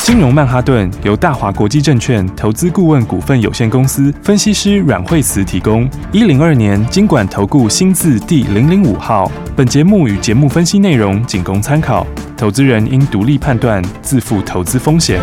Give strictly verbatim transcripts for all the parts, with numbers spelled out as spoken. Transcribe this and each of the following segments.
金融曼哈顿由大华国际证券投资顾问股份有限公司分析师阮惠慈提供。一零二年金管投顾新字第零零五号。本节目与节目分析内容仅供参考，投资人应独立判断，自负投资风险。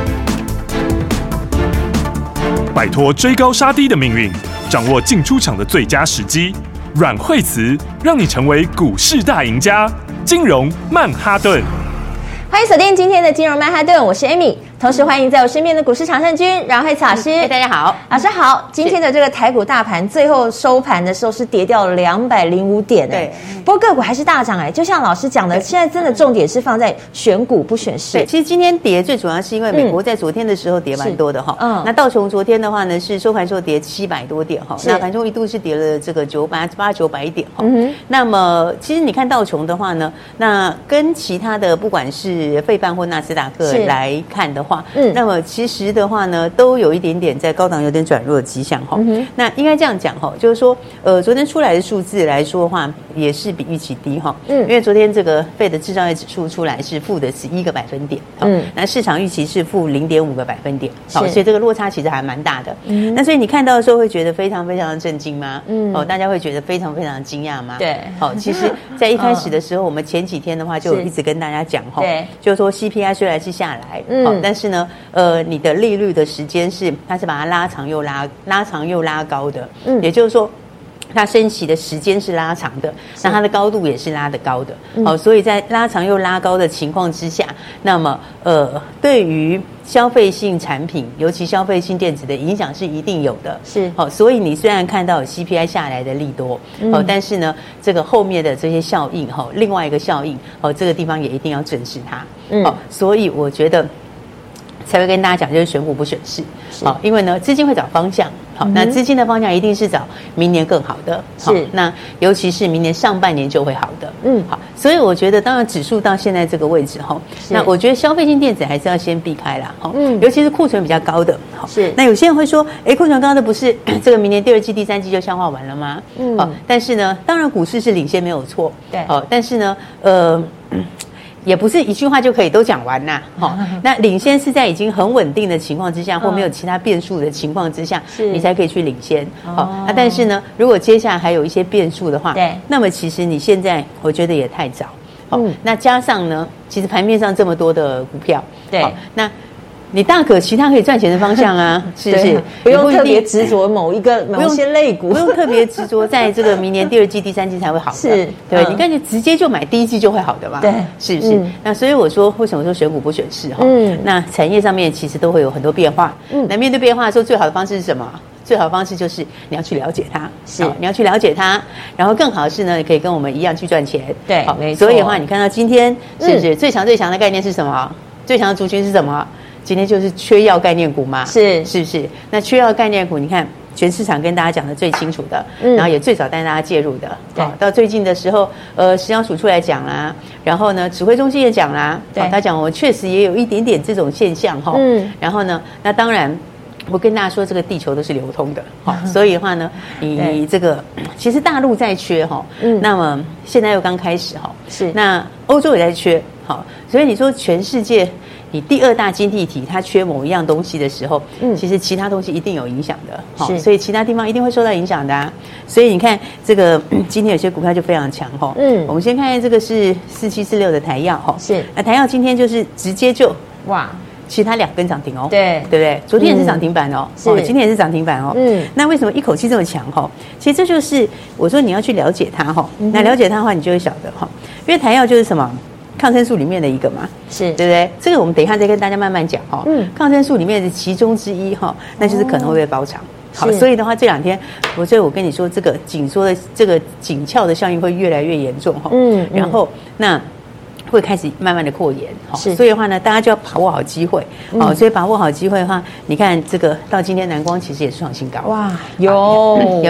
摆脱追高杀低的命运，掌握进出场的最佳时机。阮惠慈让你成为股市大赢家。金融曼哈顿。 欢迎锁定今天的金融曼哈顿，我是 Amy， 同时欢迎在我身边的股市常胜军阮惠慈老师。 哎、嗯，大家好， 老师好。今天的这个台股大盘最后收盘的时候是跌掉了两百零五点，对，不过个股还是大涨哎。就像老师讲的，现在真的重点是放在选股不选市。 对，其实今天跌最主要是因为美国在昨天的时候跌蛮多的哈，嗯，那道琼昨天的话呢是收盘时候跌七百多点哈，那盘中一度是跌了这个九百八九百点哈，嗯，那么其实你看道琼的话呢，那跟其他的不管是费半或纳斯达克来看的话，嗯，那么其实的话呢，都有一点点在高档有点转弱的迹象哈。嗯、那应该这样讲哈，就是说，呃，昨天出来的数字来说的话，也是比预期低哈。嗯，因为昨天这个费的制造业指数出来是负的十一个百分点，嗯，那市场预期是负零点五个百分点，好，所以这个落差其实还蛮大的。嗯，那所以你看到的时候会觉得非常非常的震惊吗？嗯，哦，大家会觉得非常非常的惊讶吗？ 对， 好，其实，在一开始的时候，我们前几天的话就有一直跟大家讲哈，对，就是说 C P I 虽然是下来，嗯，好，但是呢，呃，你的利率的时间是它是把它拉长又拉拉长又拉高的，嗯，也就是说。它升息的时间是拉长的，那它的高度也是拉得高的，嗯，哦，所以在拉长又拉高的情况之下，那么呃，对于消费性产品，尤其消费性电子的影响是一定有的，是，好，哦，所以你虽然看到有 C P I 下来的利多，嗯，哦，但是呢，这个后面的这些效应，哈，哦，另外一个效应，哦，这个地方也一定要正视它，嗯，哦，所以我觉得。才会跟大家讲，就是选股不选市，好，因为呢，资金会找方向，好，嗯，那资金的方向一定是找明年更好的，是，那尤其是明年上半年就会好的，嗯，好，所以我觉得，当然指数到现在这个位置哈，那我觉得消费性电子还是要先避开啦，哈，嗯，尤其是库存比较高的，好，是，那有些人会说，哎，库存高的不是这个明年第二季、第三季就消化完了吗？嗯，好，但是呢，当然股市是领先没有错，对，好，但是呢，呃。也不是一句话就可以都讲完呐，好，那领先是在已经很稳定的情况之下，或没有其他变数的情况之下，你才可以去领先，好，那但是呢，如果接下来还有一些变数的话，对，那么其实你现在我觉得也太早，好，那加上呢，其实盘面上这么多的股票，对，那。你大可其他可以赚钱的方向啊，是不是？ 不用特别执着某一个某些类股， 不用特别执着在这个明年第二季、第三季才会好的。是，对，嗯，你干脆直接就买第一季就会好的嘛，对，是不是？嗯，那所以我说，为什么说选股不选市哈？嗯，那产业上面其实都会有很多变化。嗯，那面对变化的时候，最好的方式是什么？最好的方式就是你要去了解它，是，你要去了解它，然后更好的是呢，你可以跟我们一样去赚钱。对，没错。所以的话，你看到今天是不是最强最强的概念是什么？最强的族群是什么？今天就是缺药概念股嘛，是是不是？那缺药概念股，你看全市场跟大家讲的最清楚的，嗯，然后也最早带大家介入的，对，哦，到最近的时候，呃，食药署出来讲啦，然后呢，指挥中心也讲啦，对，哦，他讲我确实也有一点点这种现象哈，嗯，然后呢，那当然。我跟大家说，这个地球都是流通的，好，所以的话呢，你这个其实大陆在缺哈，嗯，那么现在又刚开始哈，是，那欧洲也在缺，好，所以你说全世界你第二大经济体它缺某一样东西的时候，嗯，其实其他东西一定有影响的，好，所以其他地方一定会受到影响的啊。所以你看这个今天有些股票就非常强哈，嗯，我们先看看这个是四七四六的台药哈，是，那台药今天就是直接就哇。其他两根涨停哦，对对不对？昨天也是涨停板哦，嗯，哦，今天也是涨停板哦。嗯，那为什么一口气这么强哈？其实这就是我说你要去了解它哈。嗯，那了解它的话，你就会晓得哈。因为台药就是什么抗生素里面的一个嘛，是对不对？这个我们等一下再跟大家慢慢讲哈。嗯，抗生素里面的其中之一哈，那就是可能会被包场。好，所以的话这两天，我所以我跟你说，这个紧缩的这个紧俏的效应会越来越严重哈。嗯，然后那。会开始慢慢的扩延，是，所以的话呢，大家就要把握好机会，好，嗯，所以把握好机会的话，你看这个到今天南光其实也是创新高，哇，有有没有？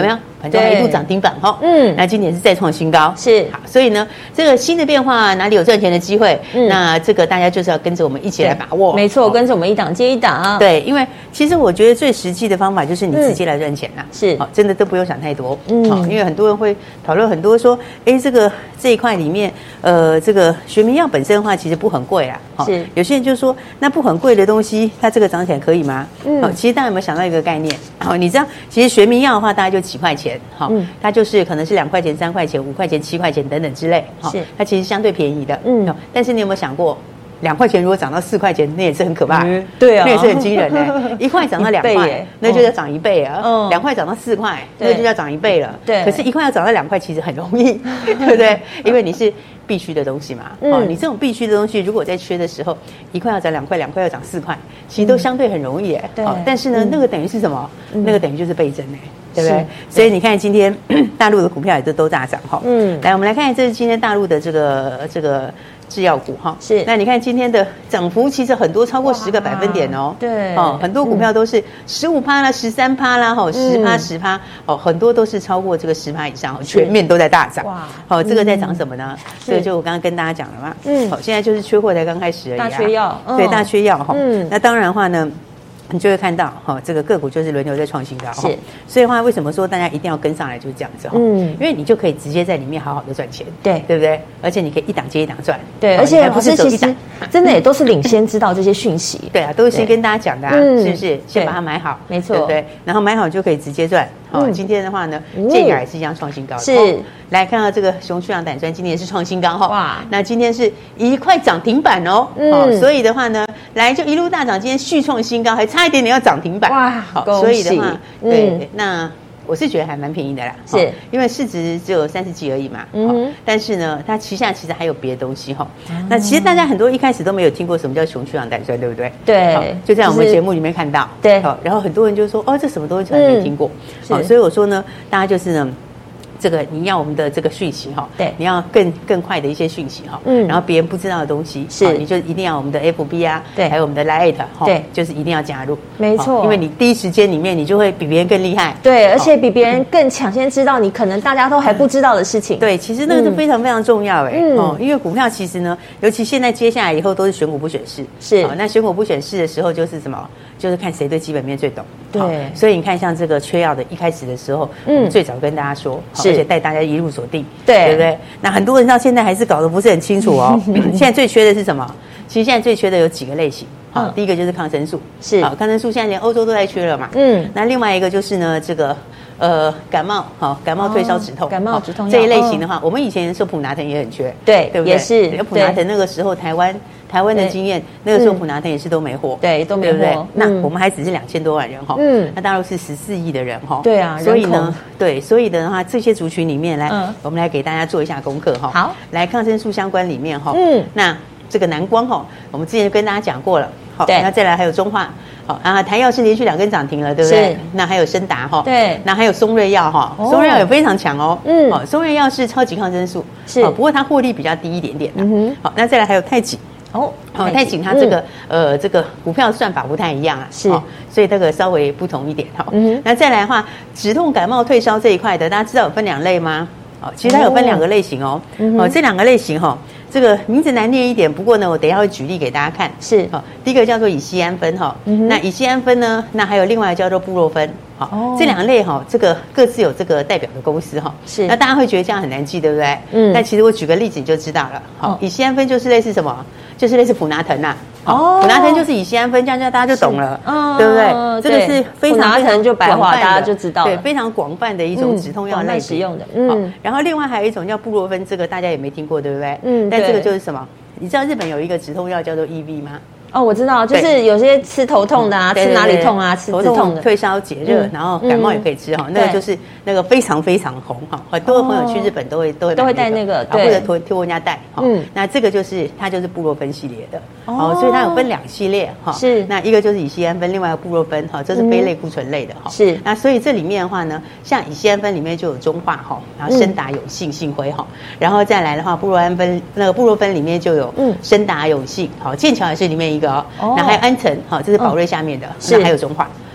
盘中还一度涨停板哈，嗯，那今年是再创新高， 是好，所以呢，这个新的变化哪里有赚钱的机会？嗯，那这个大家就是要跟着我们一起来把握， 没错，跟着我们一档接一档， 对，因为其实我觉得最实际的方法就是你直接来赚钱啦， 是， 好，真的都不用想太多，嗯，好，因为很多人会讨论很多说，哎，这个这一块里面，呃，这个学名药本身的话其实不很贵啦， 是， 有些人就说那不很贵的东西，它这个涨起来可以吗？嗯，好，其实大家有没有想到一个概念？好，你知道，其实学名药的话大概就几块钱，好，它就是可能是两块钱、三块钱、五块钱、七块钱等等之类，好，它其实相对便宜的，嗯，但是你有没有想过？两块钱如果涨到四块钱，那也是很可怕，嗯、 对啊， 那也是很惊人的。一块涨到两块，那就要涨一倍啊。嗯，两块涨到四块，那就要涨一倍了。对，可是一块要涨到两块，其实很容易，对不对？因为你是必须的东西嘛。嗯、哦，你这种必须的东西，如果在缺的时候，一块要涨两块，两块要涨四块，其实都相对很容易耶。对、哦，但是呢，嗯、那个等于是什么？嗯、那个等于就是倍增哎。对不对？所以你看今天大陆的股票也都都大涨哈。嗯，来我们来看，这是今天大陆的这个这个制药股哈。是。那你看今天的涨幅其实很多，超过十个百分点哦。对。哦，很多股票都是十五趴啦、十三趴啦，哈，十趴、十趴，哦，很多都是超过这个十趴以上，全面都在大涨。哇。好，这个在涨什么呢？这个就我刚刚跟大家讲了嘛。嗯。好，现在就是缺货才刚开始而已。 大缺药。 对，大缺药哈。嗯。那当然的话呢。你就会看到哈，这个个股就是轮流在创新高，是，所以的话为什么说大家一定要跟上来，就是这样子哈，嗯，因为你就可以直接在里面好好的赚钱，对，对不对？而且你可以一档接一档赚， 对，而且不是其实真的也都是领先知道这些讯息， 对啊，都是先跟大家讲的，啊，是不是？先把它买好， 没错， 对不对？然后买好就可以直接赚。好，今天的话呢，健雅也是一样创新高的，是。来看到这个雄曲氧胆酸，今天是创新高哈，哇，那今天是一块涨停板哦，嗯，所以的话呢，来就一路大涨，今天续创新高，还差一点点要涨停板，哇，好，所以的话，对，那。我是觉得还蛮便宜的啦，是因为市值只有三十几而已嘛，嗯，但是呢，它旗下其实还有别的东西哈。那其实大家很多一开始都没有听过什么叫雄曲氧胆酸，对不对？对，就在我们节目里面看到，对，然后很多人就说哦，这什么东西从来没听过，好，所以我说呢，大家就是呢。这个你要我们的这个讯息哈，对，你要更更快的一些讯息哈，嗯，然后别人不知道的东西是，你就一定要我们的 F B 啊，对，还有我们的 Line 哈，对，就是一定要加入， 没错， 因为你第一时间里面你就会比别人更厉害， 对，而且比别人更抢先知道你可能大家都还不知道的事情， 对，其实那个是非常非常重要哎，哦，因为股票其实呢，尤其现在接下来以后都是选股不选市，是，那选股不选市的时候就是什么？就是看谁对基本面最懂，对，所以你看像这个缺药的，一开始的时候，嗯，最早跟大家说，而且带大家一路锁定，对，对不对？那很多人到现在还是搞得不是很清楚哦。现在最缺的是什么？其实现在最缺的有几个类型，好，第一个就是抗生素，是，好，抗生素现在连欧洲都在缺了嘛，嗯，那另外一个就是呢，这个。呃，感冒好，感冒退烧止痛， 感冒止痛这一类型的话，我们以前说普拿疼也很缺， 对， 对不对？ 也是， 普拿疼那个时候台湾台湾的经验，那个时候普拿疼也是都没货， 对，都没货。 那我们还只是两千多万人哈，嗯，那大陆是十四亿的人哈， 对啊， 所以呢，对，所以的话，这些族群里面来，我们来给大家做一下功课哈。好，来抗生素相关里面哈，嗯，那这个南光哈，我们之前跟大家讲过了，好，那再来还有中化。好啊，台药是连续两根涨停了，对不对？那还有升达哈，对，那还有松瑞药哈，松瑞药也非常强哦，嗯，好，松瑞药是超级抗生素，是，不过它获利比较低一点点，嗯哼，好，那再来还有太极，哦，好，太极它这个呃这个股票算法不太一样啊，是，所以这个稍微不同一点哈，嗯，那再来的话，止痛、感冒、退烧这一块的，大家知道有分两类吗？哦，其实它有分两个类型哦，哦，这两个类型哈。这个名字难念一点，不过呢，我等一下会举例给大家看。是，好，第一个叫做乙酰氨酚哈，嗯、那乙酰氨酚呢，那还有另外一个叫做布洛芬，好，哦、这两类哈，这个各自有这个代表的公司哈。是，那大家会觉得这样很难记，对不对？嗯。但其实我举个例子你就知道了。好，哦、乙酰氨酚就是类似什么？就是类似普拿疼呐。哦，普拿疼就是乙酰氨酚，这样大家就懂了，嗯，对不对？这个是非常非常就白话，大家就知道， 对，非常广泛的一种止痛药类使用的。嗯， 然后另外还有一种叫布洛芬，这个大家也没听过，对不对？嗯，但这个就是什么？你知道日本有一个止痛药叫做 E V 吗？ 哦，我知道，就是有些吃头痛的啊，吃哪里痛啊，吃止痛的， 退烧解热，然后感冒也可以吃哈。那个就是那个非常非常红哈，很多朋友去日本都会都会都会带那个，或者托托人家带哈。那这个就是它就是布洛芬系列的哦，所以它有分两系列哈。是，那一个就是乙酰氨酚，另外一个布洛芬哈，这是非类固醇类的哈。是，那所以这里面的话呢，像乙酰氨酚里面就有中化哈，然后升达永信信辉哈，然后再来的话，布洛氨酚那个布洛芬里面就有升达永信，好，剑桥也是里面一个哦，那还有安诚，好，这是宝瑞下面的，那还有中化，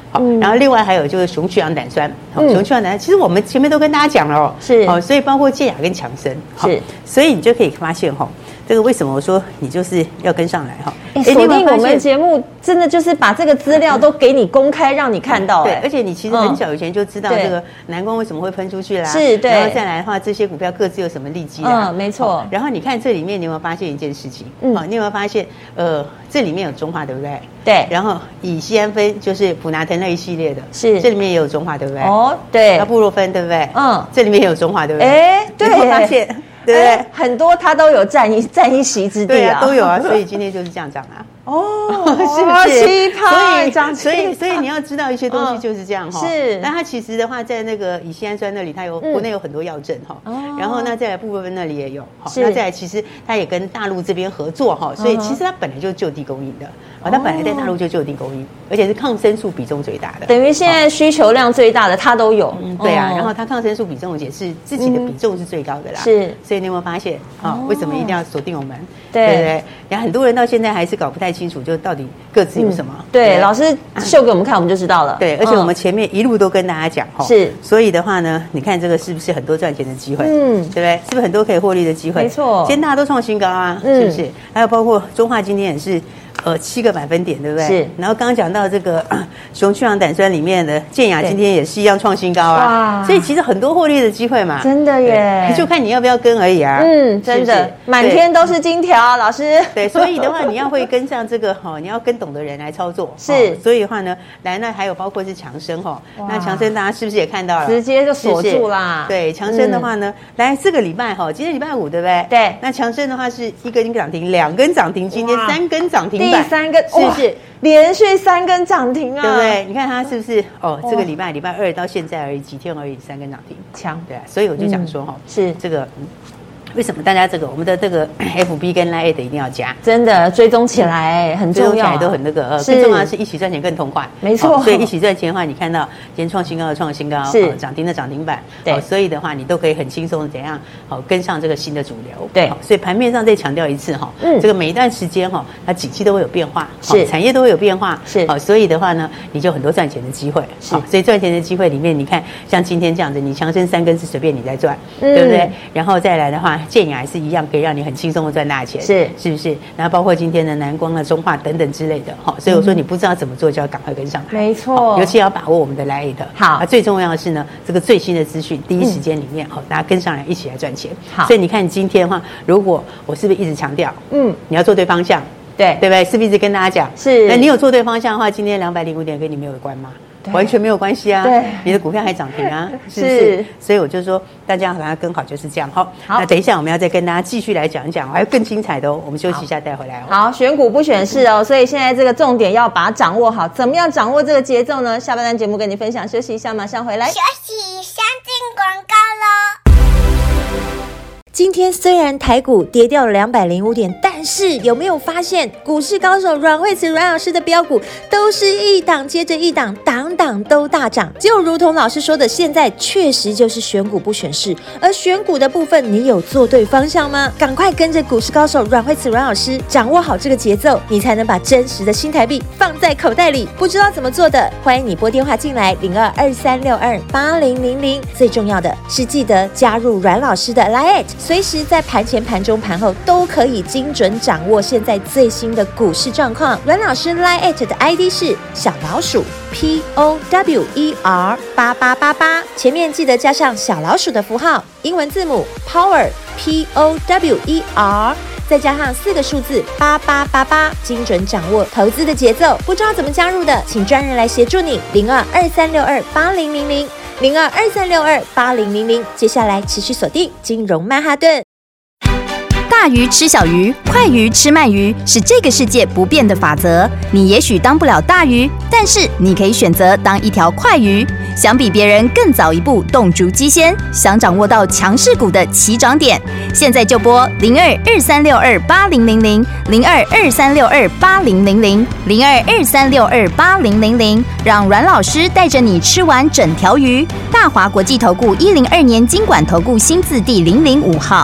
好，然后另外还有就是雄去氧胆酸，好，雄去氧胆酸，其实我们前面都跟大家讲了哦， 是， 好，所以包括健雅跟强生， 是， 所以你就可以发现哈。这个为什么我说你就是要跟上来哈？ 哎，锁定我们节目真的就是把这个资料都给你公开，让你看到。 对，而且你其实很早以前就知道这个南光为什么会喷出去啦。 是，对。 然后再来的话，这些股票各自有什么利基啊？ 嗯，没错。 然后你看这里面，你有没有发现一件事情？嗯，好，你有没有发现？呃，这里面有中化，对不对？ 对。 然后乙酰胺酚就是普拿疼那一系列的， 是。 这里面也有中化，对不对？ 哦，对。 那布洛芬，对不对？ 嗯， 这里面也有中化，对不对？ 哎，对。 有没有发现？对不对？ 很多它都有占一占一席之地啊， 对啊，都有啊，所以今天就是这样涨啊。 哦， 是不是？ 奇葩， 所以所以所以你要知道一些东西就是这样哈。 是， 那它其实的话，在那个乙酰氨酸那里，它有国内有很多药证哈。然后呢，再来布洛芬那里也有。是。那再来，其实它也跟大陆这边合作哈，所以其实它本来就就地供应的。啊，它本来在大陆就就地供应，而且是抗生素比重最大的。 等于现在需求量最大的它都有。 嗯，对啊。然后它抗生素比重也是自己的比重是最高的啦。 是。 所以你有没有发现啊？为什么一定要锁定我们？对不对？然后很多人到现在还是搞不太清楚，就到底各自有什么。 对，老师秀给我们看，我们就知道了。 对，而且我们前面一路都跟大家讲哈。是。所以的话呢，你看这个是不是很多赚钱的机会？嗯，对不对？是不是很多可以获利的机会？ 没错。 今天大家都创新高啊，是不是？还有包括中化今天也是。呃，七个百分点，对不对？是。然后刚刚讲到这个雄去氧胆酸里面的健雅，今天也是一样创新高啊。哇！所以其实很多获利的机会嘛。 真的耶！ 就看你要不要跟而已啊。 嗯，真的，满天都是金条啊，老师。 对，所以的话，你要会跟上这个哈，你要跟懂的人来操作。 是。 所以的话呢，来那还有包括是强生哈，那强生大家是不是也看到了？ 直接就锁住啦。 对，强生的话呢，来这个礼拜哈，今天礼拜五对不对？ 对。 那强生的话是一根涨停，两根涨停，今天三根涨停板， 第三根是。是连续三根涨停啊， 对不对？你看它是不是？哦，这个礼拜礼拜二到现在而已，几天而已，三根涨停， 强， 对啊。所以我就讲说哈， 是这个。为什么大家这个我们的这个 F B 跟 Line 一定要加？ 真的追踪起来很重要，追踪起来都很那个，呃，最重要的是一起赚钱更痛快。 没错， 所以一起赚钱的话，你看到今天创新高的创新高， 是涨停的涨停板， 对， 所以的话你都可以很轻松的怎样，好跟上这个新的主流。 对， 所以盘面上再强调一次哈，嗯，这个每一段时间哈，它景气都会有变化， 是产业都会有变化， 是， 好，所以的话呢，你就很多赚钱的机会。 是， 所以赚钱的机会里面，你看像今天这样子，你强生三根是随便你在赚，对不对？然后再来的话，健雅还是一样。可以让你很轻松的赚大钱， 是是不是？然后包括今天的南光啊、中化等等之类的，哈，所以我说你不知道怎么做，就要赶快跟上来， 没错， 尤其要把握我们的来的。 好， 啊，最重要的是呢，这个最新的资讯，第一时间里面，好，大家跟上来一起来赚钱。 好， 所以你看今天的话，如果我是不是一直强调，嗯，你要做对方向， 对对不对？是不是一直跟大家讲？ 是， 那你有做对方向的话，今天两百零五点跟你没有关吗？完全没有关系啊， 对， 你的股票还涨停啊，是不是？所以我就说，大家把它跟好就是这样。好，那等一下我们要再跟大家继续来讲一讲，还有更精彩的哦。我们休息一下，带回来哦。 好，选股不选市哦，所以现在这个重点要把它掌握好。怎么样掌握这个节奏呢？下半段节目跟你分享。休息一下，马上回来。 休息，先进广告喽。 今天虽然台股跌掉了两百零五点，但是有没有发现股市高手阮慧慈阮老师的标股都是一档接着一档，档档都大涨？就如同老师说的，现在确实就是选股不选市。而选股的部分，你有做对方向吗？赶快跟着股市高手阮慧慈阮老师，掌握好这个节奏，你才能把真实的新台币放在口袋里。不知道怎么做的，欢迎你拨电话进来零二二三六二八零零零。最重要的是记得加入阮老师的 Line， 随时在盘前、盘中、盘后都可以精准掌握现在最新的股市状况。阮老师 Line 的 I D 是小老鼠 P O W E R 八八八八，前面记得加上小老鼠的符号，英文字母 Power P O W E R， 再加上四个数字八八八八，精准掌握投资的节奏。不知道怎么加入的，请专人来协助你，零二二三六二八零零零。零二二三六二八零零零，接下来持续锁定金融曼哈顿。 大鱼吃小鱼，快鱼吃慢鱼，是这个世界不变的法则。你也许当不了大鱼，但是你可以选择当一条快鱼。想比别人更早一步动足机先，想掌握到强势股的起涨点，现在就拨零二二三六二八零零零零二二三六二八零零零零二二三六二八零零零，让阮老师带着你吃完整条鱼。大华国际投顾一零二年金管投顾新字第零零五号。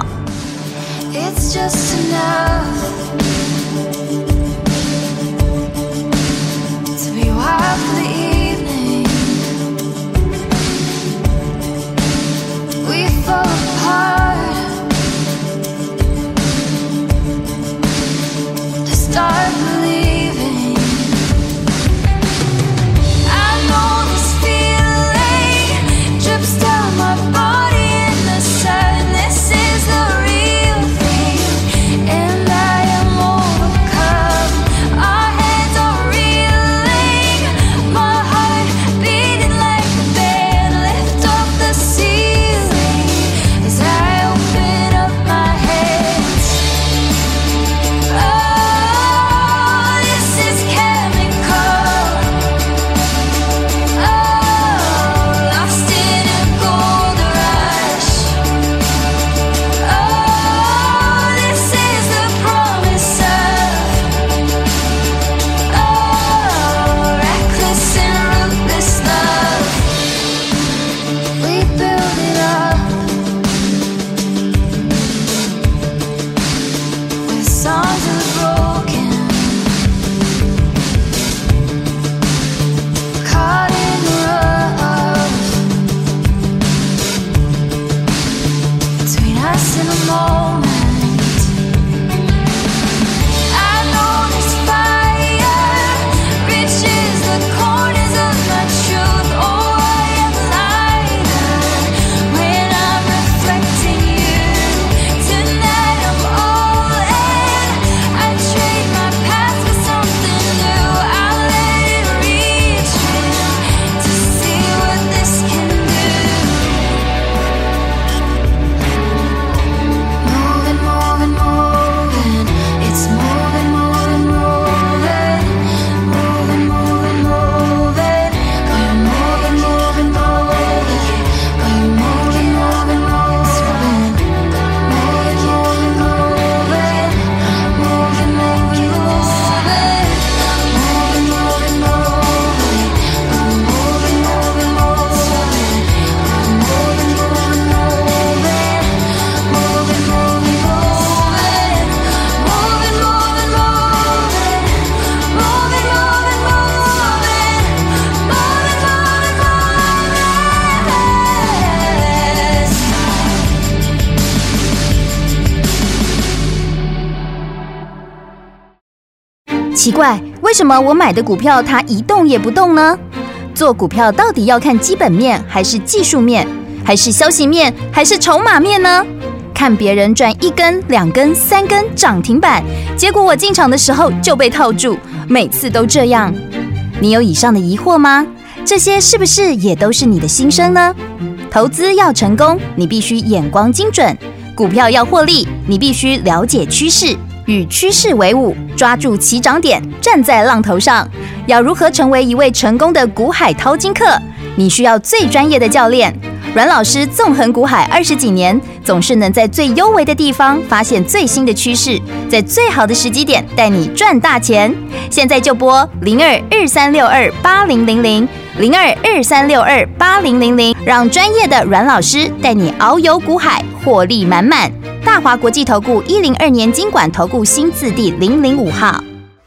It's just enough to be wild for the evening. 奇怪，为什么我买的股票它一动也不动呢？做股票到底要看基本面，还是技术面，还是消息面，还是筹码面呢？看别人赚一根、两根、三根涨停板，结果我进场的时候就被套住，每次都这样。你有以上的疑惑吗？这些是不是也都是你的心声呢？投资要成功，你必须眼光精准；股票要获利，你必须了解趋势，与趋势为伍，抓住起涨点，站在浪头上。要如何成为一位成功的股海淘金客？你需要最专业的教练。阮老师纵横股海二十几年，总是能在最优微的地方发现最新的趋势，在最好的时机点带你赚大钱。现在就拨零二二三六二八零零零零二二三六二八零零零，让专业的阮老师带你遨游股海，获利满满。大华国际投顾一零二年金管投顾新字第零零五号。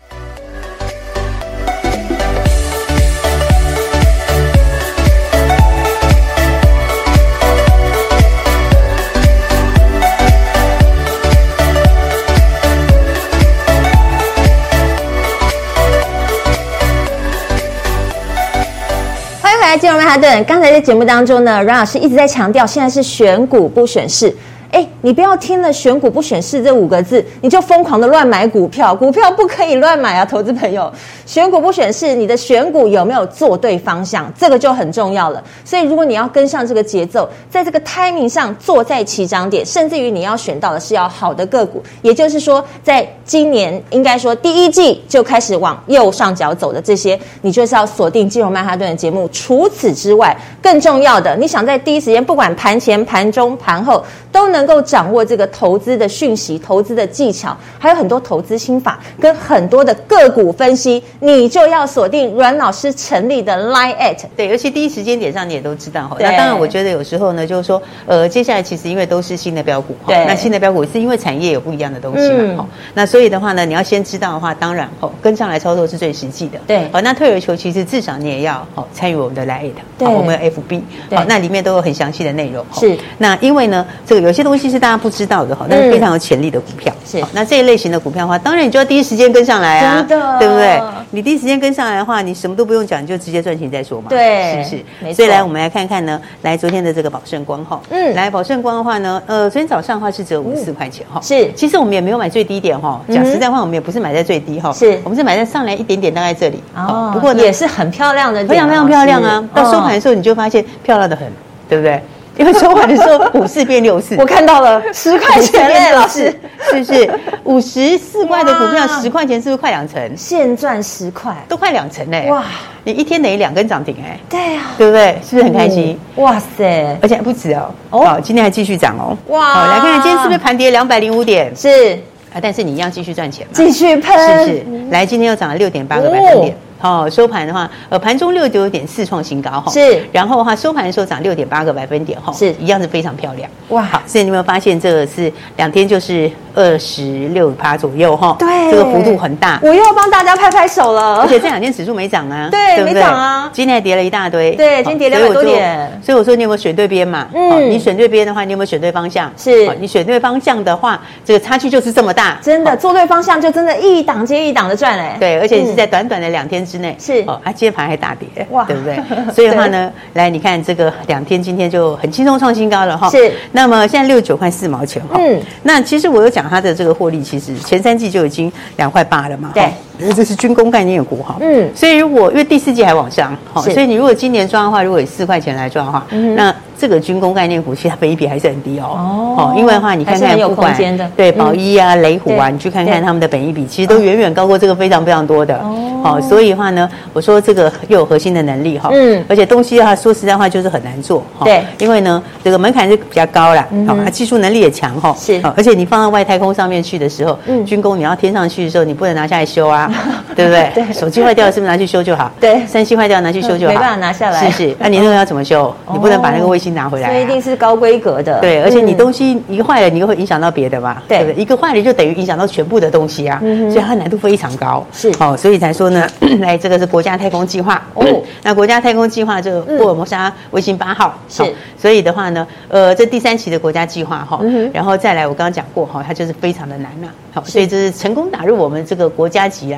来，金融曼哈顿。刚才在节目当中呢，阮老师一直在强调，现在是选股不选市。哎，你不要听了选股不选市这五个字，你就疯狂的乱买股票，股票不可以乱买啊，投资朋友。选股不选市，你的选股有没有做对方向，这个就很重要了。所以如果你要跟上这个节奏，在这个 timing 上坐在起涨点，甚至于你要选到的是要好的个股，也就是说，在今年应该说第一季就开始往右上角走的这些，你就是要锁定金融曼哈顿的节目。除此之外，更重要的，你想在第一时间，不管盘前、盘中、盘后，都能够掌握这个投资的讯息、投资的技巧，还有很多投资心法跟很多的个股分析，你就要锁定阮老师成立的 Line at。 对，尤其第一时间点上你也都知道哈。那当然我觉得有时候呢，就是说呃接下来其实因为都是新的标股哈，那新的标股是因为产业有不一样的东西嘛哈、嗯，那所以的话呢，你要先知道的话，当然哈跟上来操作是最实际的。对，好，那退而求其次，至少你也要好参与我们的 Line at， 好，我们有 F B， 好，那里面都有很详细的内容。是，那因为呢，这个有些东西是大家不知道的哈，但是非常有潜力的股票。是，那这一类型的股票的话，当然你就要第一时间跟上来啊，真的，对不对？你第一时间跟上来的话，你什么都不用讲，你就直接赚钱再说嘛，对，是不是？没错。所以来，我们来看看呢，来昨天的这个宝盛光哈，嗯，来宝盛光的话呢，呃，昨天早上的话是只有五十四块钱哈，是，其实我们也没有买最低点哈，讲实在话，我们也不是买在最低哈，是，我们是买在上来一点点，大概这里哦，不过也是很漂亮的， 非常非常漂亮啊，到收盘的时候你就发现漂亮的很，对不对？因为收盘的时候五四变六四， 我看到了十块钱嘞，老师是不是？五十四块的股票十块钱，是不是快两成？ 现赚十块， 都快两成嘞！哇，你一天等于两根涨停哎！ 对啊， 对不对？是不是很开心？ 嗯、哇塞！ 而且还不止哦，哦，好，今天还继续涨哦！哇，好，来看看今天是不是盘跌两百零五点？是啊，但是你一样继续赚钱嘛？ 继续喷， 是不是？来，今天又涨了六点八个百分点。好、哦，收盘的话，呃，盘中六九点四创新高哈，是，然后的话收盘的时候涨六点八个百分点哈，是一样是非常漂亮哇。好，所以你有没有发现这个是两天就是二十六趴左右哈？对，这个幅度很大。 我又要帮大家拍拍手了， 而且这两天指数没涨啊， 对，对对没涨啊， 今天还跌了一大堆， 对，今天跌两百多点。 所以我说你有没有选对边嘛？嗯、哦，你选对边的话，你有没有选对方向？是、哦，你选对方向的话，这个差距就是这么大。 真的，哦、做对方向就真的一档接一档的赚嘞。 对，而且你是在短短的两天之内，是哦。啊，今天盘还大跌，哇，对不对？所以的话呢，来你看这个两天，今天就很轻松创新高了哈。是，那么现在六十九块四毛钱哈。嗯，那其实我有讲它的这个获利，其实前三季就已经两块八了嘛。对，因为这是军工概念股哈。嗯，所以如果因为第四季还往上，哈，所以你如果今年赚的话，如果以四块钱来赚的话，嗯、那这个军工概念股其实它本益比还是很低哦。哦，因为的话，你看看不管对宝一啊、雷虎啊，你去看看他们的本益比，其实都远远高过这个非常非常多的。哦。好，所以的话呢，我说这个又有核心的能力哈，嗯，而且东西的话，说实在话就是很难做，对，因为呢，这个门槛是比较高啦，好，它技术能力也强哈，是，而且你放到外太空上面去的时候，嗯，军工你要天上去的时候，你不能拿下来修啊，对不对？对，手机坏掉了是不是拿去修就好？对，三星坏掉拿去修就好， 没办法拿下来， 是是，那你那个要怎么修？你不能把那个卫星拿回来， 所以一定是高规格的， 对，而且你东西一个坏了，你又会影响到别的嘛，对不对？一个坏了就等于影响到全部的东西啊，所以它难度非常高，是，好，所以才说呢，来这。这个是国家太空计划哦，那国家太空计划这个霍尔摩沙卫星八号是，所以的话呢，呃，这第三期的国家计划哈，然后再来我刚刚讲过哈，它就是非常的难呐，好，所以这是成功打入我们这个国家级啊哈，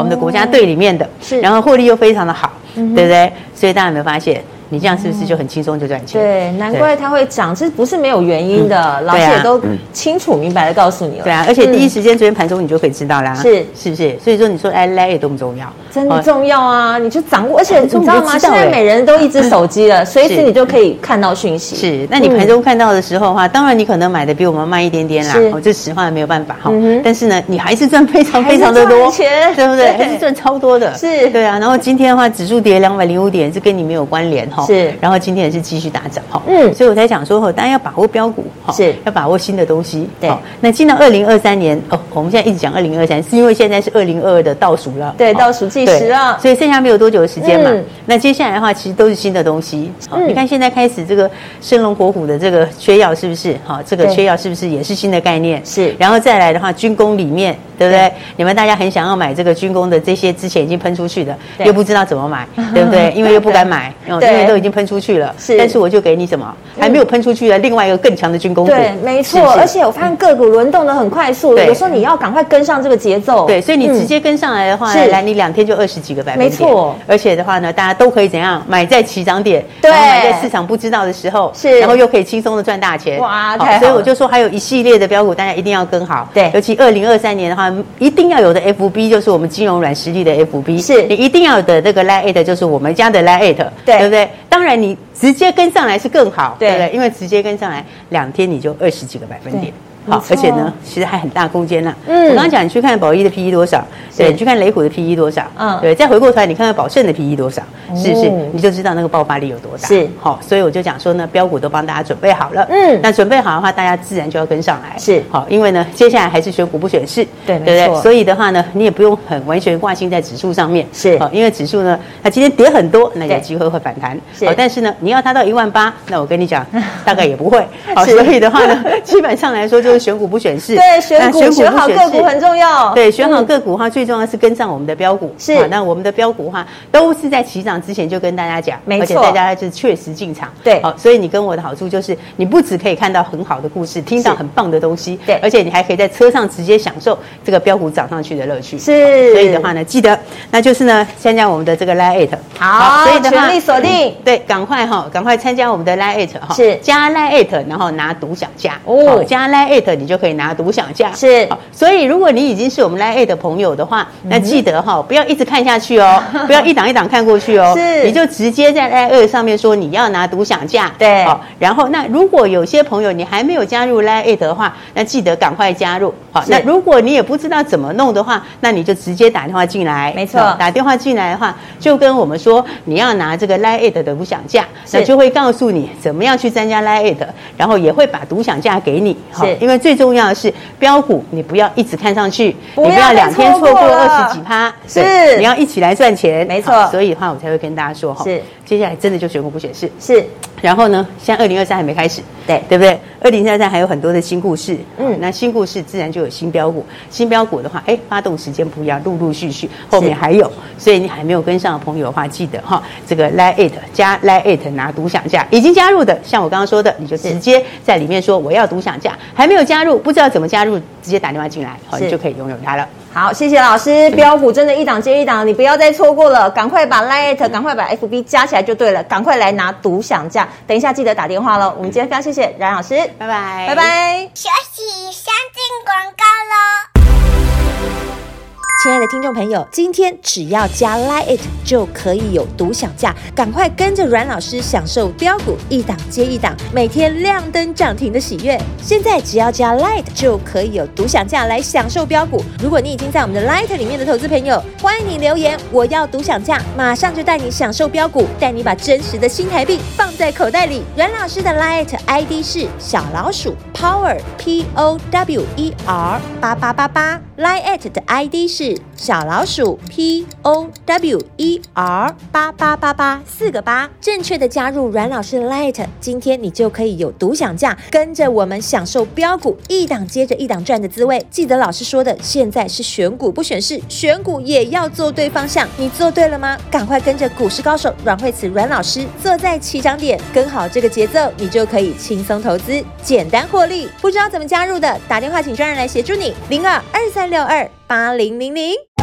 我们的国家队里面的，是，然后获利又非常的好，对不对？所以大家有没有发现？你这样是不是就很轻松就赚钱？ 对，难怪它会涨，这不是没有原因的，嗯、老师也都清楚明白的告诉你了。 对啊，而且第一时间昨天盘中你就可以知道啦， 是是不是？所以说你说哎 ，Line 多么重要？ 真的重要啊！你就掌握，而且你知道吗？现在每人都一只手机了，随时你就可以看到讯息。 是，那你盘中看到的时候的话，当然你可能买的比我们慢一点点啦，哦，这实话没有办法哈。但是呢，你还是赚非常非常的多，对不对？还是赚超多的。 是， 对啊。然后今天的话，指数跌两百零五点，这跟你没有关联哈。 是， 然后今天也是继续大涨哈。嗯，所以我才讲说哈，大家要把握标股哈， 是要把握新的东西。 对， 那进到二零二三年哦，我们现在一直讲二零二三，是因为现在是二零二二的倒数了。 对，倒数计时了。 所以剩下没有多久的时间嘛，嗯、那接下来的话，其实都是新的东西。好、嗯，你看现在开始这个生龙活虎的这个缺药是不是？好，这个缺药是不是也是新的概念？ 是。 然后再来的话，军工里面，对不对？对，你们大家很想要买这个军工的这些之前已经喷出去的，又不知道怎么买，对不对？因为又不敢买，因为都已经喷出去了。是。但是我就给你什么？还没有喷出去的另外一个更强的军工股。 对，没错。是是，而且我发现个股轮动的很快速，有时候你要赶快跟上这个节奏。 对，所以你直接跟上来的话，嗯、来你两天就二十几个百分点。没错。而且的话呢，大家都可以怎样买在起涨点，对，然后买在市场不知道的时候，是，然后又可以轻松的赚大钱。哇，太好了！所以我就说还有一系列的标股，大家一定要跟好。对，尤其二零二三年的话，一定要有的 F B 就是我们金融软实力的 F B， 是你一定要有的这个 Line 就是我们家的 Line， 对，对不对？当然你直接跟上来是更好，对不对？因为直接跟上来两天你就二十几个百分点。好，而且呢，其实还很大空间呐。嗯，我刚刚讲，你去看宝一的 P E 多少，对，你去看雷虎的 P E 多少，嗯，对，再回过头来，你看看宝盛的 P E 多少，是不是？你就知道那个爆发力有多大。是，好，所以我就讲说呢，标股都帮大家准备好了。嗯，那准备好的话，大家自然就要跟上来。是，好，因为呢，接下来还是选股不选市，对，对不对？所以的话呢，你也不用很完全挂心在指数上面。是，好，因为指数呢，它今天跌很多，那有机会会反弹。是，好，但是呢，你要它到一万八，那我跟你讲，大概也不会。好，所以的话呢，基本上来说就是选股不选市。对，选股选好个股很重要。对，选好个股的话，最重要是跟上我们的标股。是，那我们的标股的话，都是在起涨之前就跟大家讲，没错，而且大家就是确实进场。对，好，所以你跟我的好处就是，你不只可以看到很好的故事，听到很棒的东西，对，而且你还可以在车上直接享受这个标股涨上去的乐趣。是，所以的话呢，记得那就是呢，参加我们的这个 Line 好，所以的话全力锁定，对，赶快哈，赶快参加我们的 Line 哈，是加 Line 然后拿独享价哦，加 Line 你就可以拿独享价。是，所以如果你已经是我们 Line 的朋友的话，那记得哈，不要一直看下去哦，不要一档一档看过去哦，是，你就直接在 Line 上面说你要拿独享价，对，好，然后那如果有些朋友你还没有加入 Line 的话，那记得赶快加入，好，那如果你也不知道怎么弄的话，那你就直接打电话进来，没错，打电话进来的话，就跟我们说你要拿这个 Line 的独享价，那就会告诉你怎么样去参加 Line， 然后也会把独享价给你，是，因为最重要的是标股，你不要一直看上去，你不要两天错过二十几趴，是，你要一起来赚钱，没错。所以的话，我才会跟大家说哈，是，接下来真的就选股不选市，是。然后呢，现在二零二三还没开始，对，对不对？二零二三还有很多的新故事，嗯，那新故事自然就有新标股，新标股的话，哎，发动时间不一样，陆陆续续后面还有，所以你还没有跟上的朋友的话，记得哈，这个 Line 加 Line 拿独享价，已经加入的，像我刚刚说的，你就直接在里面说我要独享价，还没有加入，不知道怎么加入，直接打电话进来，好，你就可以拥有它了。好，谢谢老师，标股真的一档接一档，你不要再错过了，赶快把 Line 赶快把 F B 加起来就对了，赶快来拿独享价，等一下记得打电话咯。我们今天非常谢谢冉老师，拜拜，拜拜。 休息，先进广告咯。 亲爱的听众朋友，今天只要加 Line 就可以有独享价，赶快跟着阮老师享受标股一档接一档，每天亮灯涨停的喜悦。现在只要加 Line 就可以有独享价来享受标股。如果你已经在我们的 Line 里面的投资朋友，欢迎你留言我要独享价，马上就带你享受标股，带你把真实的新台币放在口袋里。阮老师的 Line I D 是小老鼠 Power P O W E R 八八八八， Line 的 I D 是小老鼠 P O W E R 八八八八，四个八，正确的加入阮老师的 Light， 今天你就可以有独享价，跟着我们享受标股一档接着一档赚的滋味。记得老师说的，现在是选股不选市，选股也要做对方向，你做对了吗？赶快跟着股市高手阮慧慈阮老师坐在起涨点，跟好这个节奏，你就可以轻松投资，简单获利。不知道怎么加入的，打电话请专人来协助你，零二二三六二八零零零。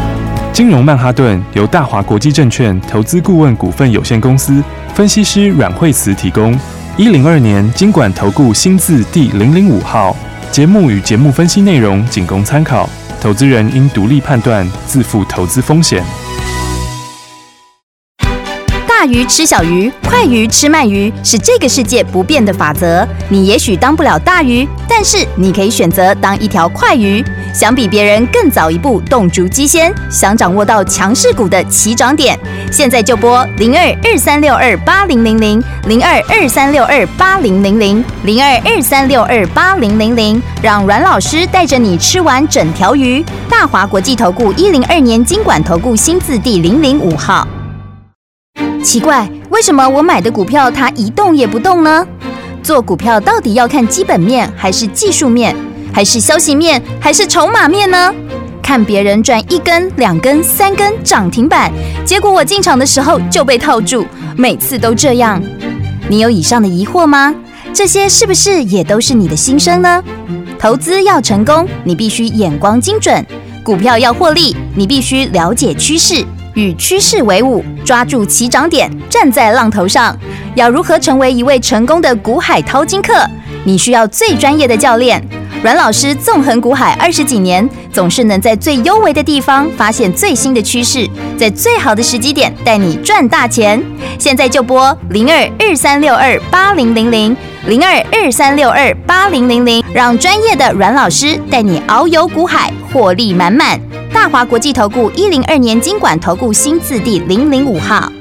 金融曼哈顿由大华国际证券投资顾问股份有限公司分析师阮惠慈提供。一零二年金管投顾新字第零零五号。节目与节目分析内容仅供参考，投资人应独立判断，自负投资风险。 大鱼吃小鱼，快鱼吃慢鱼，是这个世界不变的法则。你也许当不了大鱼，但是你可以选择当一条快鱼。想比别人更早一步动足机先，想掌握到强势股的起涨点，现在就拨零二二三六二八零零零零二二三六二八零零零零二二三六二八零零零，让阮老师带着你吃完整条鱼。大华国际投顾一零二年金管投顾新字第零零五号。奇怪，为什么我买的股票它一动也不动呢？做股票到底要看基本面，还是技术面，还是消息面，还是筹码面呢？看别人赚一根、两根、三根涨停板，结果我进场的时候就被套住，每次都这样。你有以上的疑惑吗？这些是不是也都是你的心声呢？投资要成功，你必须眼光精准；股票要获利，你必须了解趋势。与趋势为伍，抓住起涨点，站在浪头上。要如何成为一位成功的股海淘金客？你需要最专业的教练。阮老师纵横股海二十几年，总是能在最优微的地方发现最新的趋势，在最好的时机点带你赚大钱。现在就拨零二二三六二八零零零零二二三六二八零零零，让专业的阮老师带你遨游股海，获利满满。大华国际投顾一零二年金管投顾新字第零零五号。